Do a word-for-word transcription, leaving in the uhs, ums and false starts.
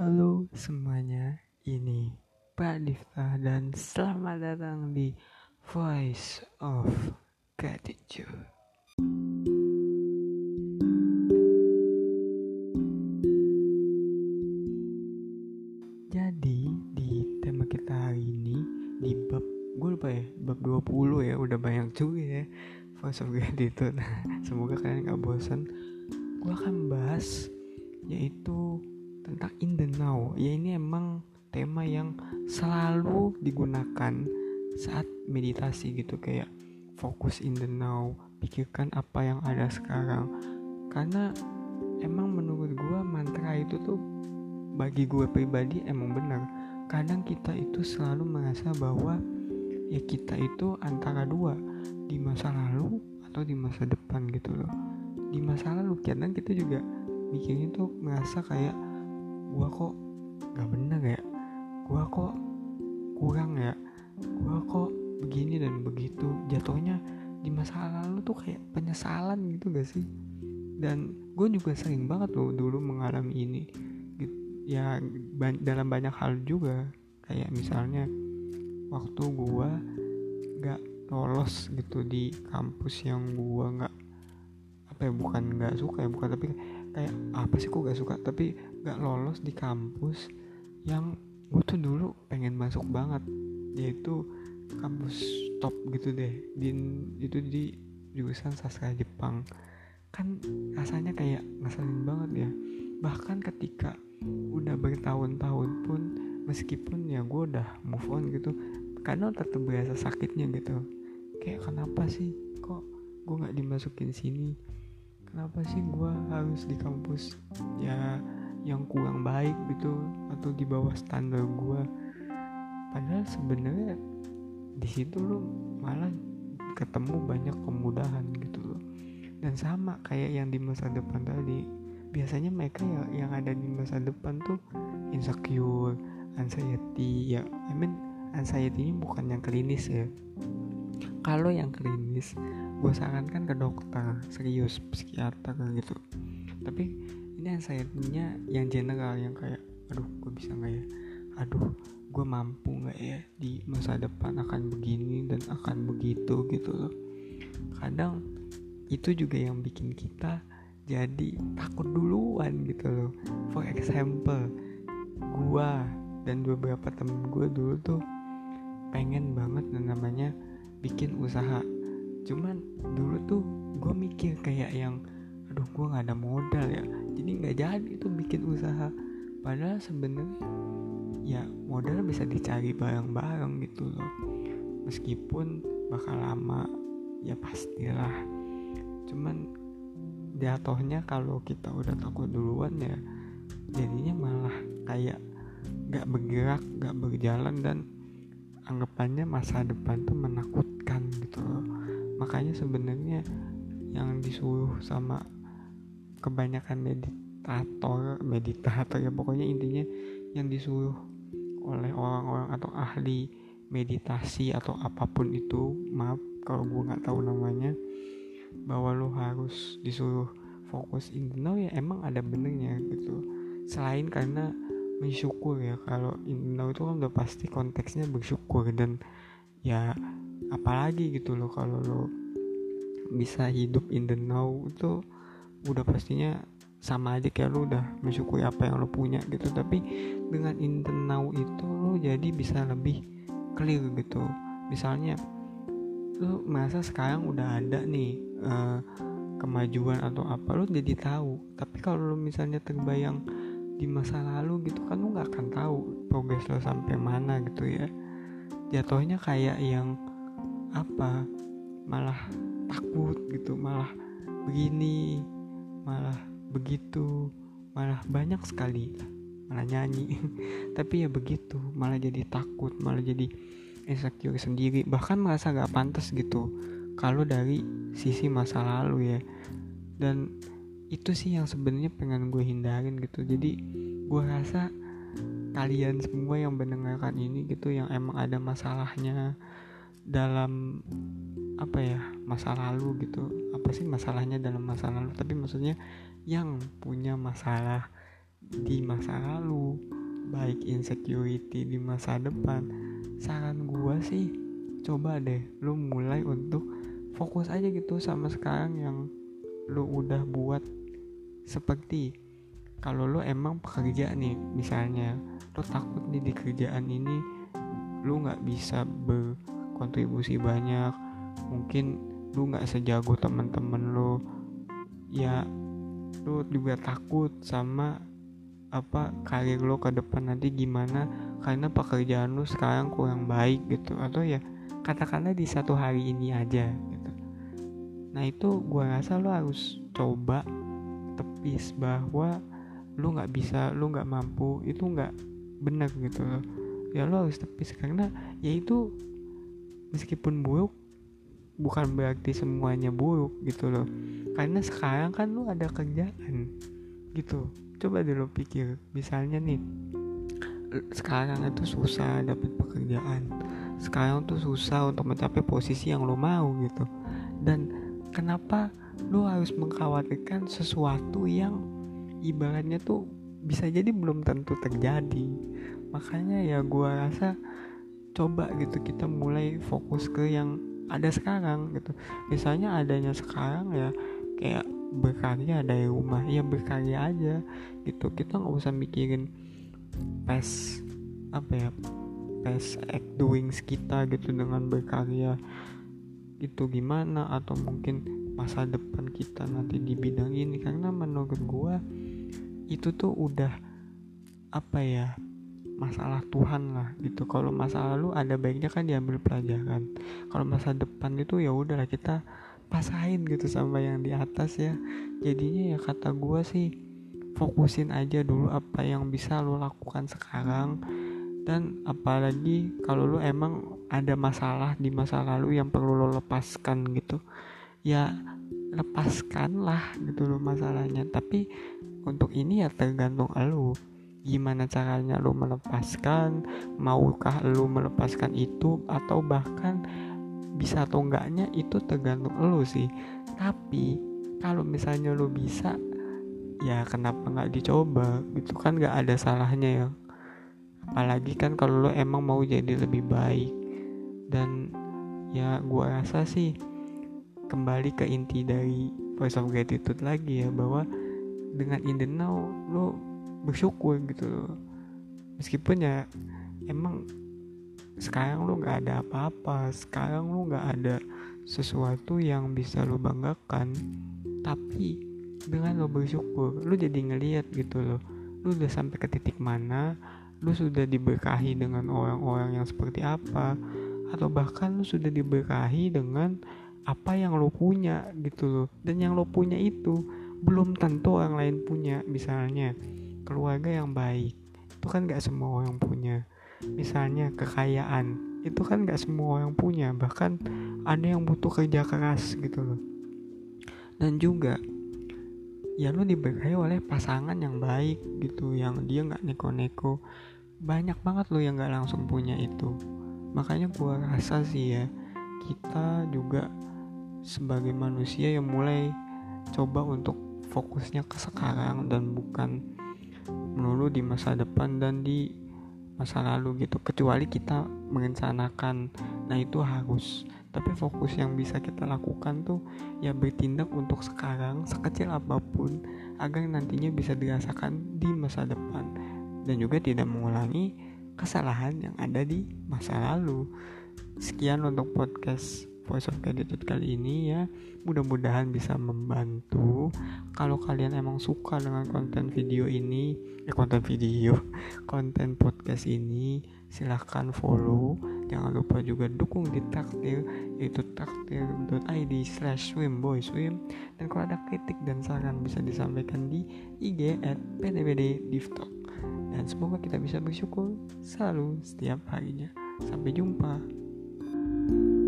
Halo semuanya, ini Pradipta dan selamat datang di Voice of Gratitude. Jadi di tema kita hari ini di bab gue lupa ya, bab dua puluh ya, udah banyak juga ya Voice of Gratitude. Semoga kalian gak bosan. Gue akan bahas yaitu tentang in the now. Ya ini emang tema yang selalu digunakan saat meditasi gitu, kayak fokus in the now, pikirkan apa yang ada sekarang. Karena emang menurut gue mantra itu tuh bagi gue pribadi emang benar. Kadang kita itu selalu merasa bahwa ya kita itu antara dua, di masa lalu atau di masa depan gitu loh. Di masa lalu kadang kita juga mikirnya tuh merasa kayak gua kok gak bener ya, gua kok kurang ya, gua kok begini dan begitu. Jatuhnya di masa lalu tuh kayak penyesalan gitu gak sih? Dan gue juga sering banget loh dulu mengalami ini gitu. Ya ban- dalam banyak hal juga, kayak misalnya waktu gua gak lolos gitu di kampus yang gua gak apa ya, bukan gak suka ya, bukan, tapi kayak apa sih kok gak suka, tapi gak lolos di kampus yang gue tuh dulu pengen masuk banget, yaitu kampus top gitu deh, di, itu di jurusan sastra Jepang. Kan rasanya kayak ngeselin banget ya, bahkan ketika udah bertahun-tahun pun, meskipun ya gue udah move on gitu, kadang tetap berasa sakitnya gitu. Kayak kenapa sih kok gue gak dimasukin sini, kenapa sih gue harus di kampus ya yang kurang baik gitu, atau di bawah standar gue. Padahal sebenarnya di situ lo malah ketemu banyak kemudahan gitu loh. Dan sama kayak yang di masa depan tadi, biasanya mereka yang, yang ada di masa depan tuh insecure, anxiety ya. I mean anxiety-nya bukan yang klinis ya. Kalau yang klinis gue sarankan ke dokter serius, psikiater gitu. Tapi ini anxiety-nya yang general, yang kayak aduh gue bisa gak ya, aduh gue mampu gak ya di masa depan akan begini dan akan begitu gitu loh. Kadang itu juga yang bikin kita jadi takut duluan gitu loh. For example, gue dan beberapa temen gue dulu tuh pengen banget yang namanya bikin usaha. Cuman dulu tuh gue mikir kayak yang aduh gue nggak ada modal ya, jadi nggak jadi itu bikin usaha. Padahal sebenarnya ya modal bisa dicari bareng-bareng gitu loh, meskipun bakal lama ya pastilah. Cuman jatuhnya kalau kita udah takut duluan ya jadinya malah kayak nggak bergerak, nggak berjalan, dan anggapannya masa depan tuh menakutkan gitu loh. Makanya sebenarnya yang disuruh sama kebanyakan meditator meditator ya pokoknya intinya yang disuruh oleh orang-orang atau ahli meditasi atau apapun itu, maaf kalau gue nggak tahu namanya, bahwa lo harus disuruh fokus in the now, ya emang ada benernya gitu. Selain karena mensyukur ya, kalau in the now itu kan udah pasti konteksnya bersyukur, dan ya apalagi gitu loh kalau lo bisa hidup in the now itu udah pastinya sama aja kayak lu udah mensyukuri apa yang lu punya gitu. Tapi dengan in the now itu lu jadi bisa lebih clear gitu. Misalnya lu merasa sekarang udah ada nih uh, kemajuan atau apa, lu jadi tahu. Tapi kalau lu misalnya terbayang di masa lalu gitu kan, lu nggak akan tahu progres lu sampai mana gitu ya. Jatuhnya kayak yang apa, malah takut gitu, malah begini, malah begitu, malah banyak sekali, malah nyanyi tapi ya begitu, malah jadi takut, malah jadi insecure sendiri, bahkan merasa gak pantas gitu kalau dari sisi masa lalu ya. Dan itu sih yang sebenarnya pengen gue hindarin gitu. Jadi gue rasa kalian semua yang mendengarkan ini gitu, yang emang ada masalahnya dalam apa ya, masa lalu gitu. Apa sih masalahnya dalam masa lalu, tapi maksudnya yang punya masalah di masa lalu, baik insecurity di masa depan. Saran gue sih, coba deh lu mulai untuk fokus aja gitu sama sekarang yang lu udah buat. Seperti kalau lu emang pekerja nih, misalnya lu takut nih di kerjaan ini lu gak bisa berkontribusi banyak, mungkin lu gak sejago teman-teman lu, ya lu juga takut sama apa karir lu ke depan nanti gimana karena pekerjaan lu sekarang kurang baik gitu, atau ya katakanlah di satu hari ini aja gitu. Nah itu gue rasa lu harus coba tepis bahwa lu nggak bisa, lu nggak mampu, itu nggak benar gitu loh. Ya lu harus tepis karena ya itu meskipun buruk bukan berarti semuanya buruk gitu loh. Karena sekarang kan lu ada kerjaan gitu. Coba deh lo pikir, misalnya nih sekarang itu susah dapat pekerjaan, sekarang tuh susah untuk mencapai posisi yang lo mau gitu. Dan kenapa lo harus mengkhawatirkan sesuatu yang ibaratnya tuh bisa jadi belum tentu terjadi. Makanya ya gue rasa coba gitu kita mulai fokus ke yang ada sekarang gitu. Misalnya adanya sekarang ya kayak berkarya dari rumah, ya berkarya aja gitu. Kita nggak usah mikirin past apa ya past act doings kita gitu dengan berkarya itu gimana, atau mungkin masa depan kita nanti di bidang ini. Karena menurut gua itu tuh udah apa ya masalah Tuhan lah gitu. Kalau masa lalu ada baiknya kan diambil pelajaran, kalau masa depan itu ya udahlah kita pasahin gitu sama yang di atas ya. Jadinya ya kata gue sih fokusin aja dulu apa yang bisa lo lakukan sekarang. Dan apalagi kalau lo emang ada masalah di masa lalu yang perlu lo lepaskan gitu, ya lepaskanlah gitu lo masalahnya. Tapi untuk ini ya tergantung lo gimana caranya lo melepaskan, maukah lo melepaskan itu, atau bahkan bisa atau enggaknya itu tergantung lo sih. Tapi kalau misalnya lo bisa, ya kenapa nggak dicoba gitu kan, nggak ada salahnya ya. Apalagi kan kalau lo emang mau jadi lebih baik. Dan ya gua rasa sih kembali ke inti dari Voice of Gratitude lagi ya, bahwa dengan in the now lo bersyukur gitu loh. Meskipun ya emang sekarang lu gak ada apa-apa, sekarang lu gak ada sesuatu yang bisa lu banggakan, tapi dengan lu bersyukur, lu jadi ngelihat gitu loh, lu udah sampai ke titik mana, lu sudah diberkahi dengan orang-orang yang seperti apa, atau bahkan lu sudah diberkahi dengan apa yang lu punya gitu loh. Dan yang lu punya itu belum tentu orang lain punya. Misalnya keluarga yang baik, itu kan gak semua orang punya. Misalnya kekayaan, itu kan gak semua orang punya, bahkan ada yang butuh kerja keras gitu loh. Dan juga ya lu diberkahi oleh pasangan yang baik gitu, yang dia gak neko-neko. Banyak banget lo yang gak langsung punya itu. Makanya gua rasa sih ya, kita juga sebagai manusia yang mulai coba untuk fokusnya ke sekarang dan bukan melulu di masa depan dan di masa lalu gitu. Kecuali kita merencanakan, nah itu harus. Tapi fokus yang bisa kita lakukan tuh ya bertindak untuk sekarang sekecil apapun, agar nantinya bisa dirasakan di masa depan, dan juga tidak mengulangi kesalahan yang ada di masa lalu. Sekian untuk podcast Voice of Gratitude kali ini ya. Mudah-mudahan bisa membantu. Kalau kalian emang suka dengan konten video ini, eh konten video, konten podcast ini, silahkan follow. Jangan lupa juga dukung di Traktir, yaitu traktir.id slash swimboyswim. Dan kalau ada kritik dan saran bisa disampaikan di I G at p d b d divtalk. Dan semoga kita bisa bersyukur selalu setiap harinya. Sampai jumpa.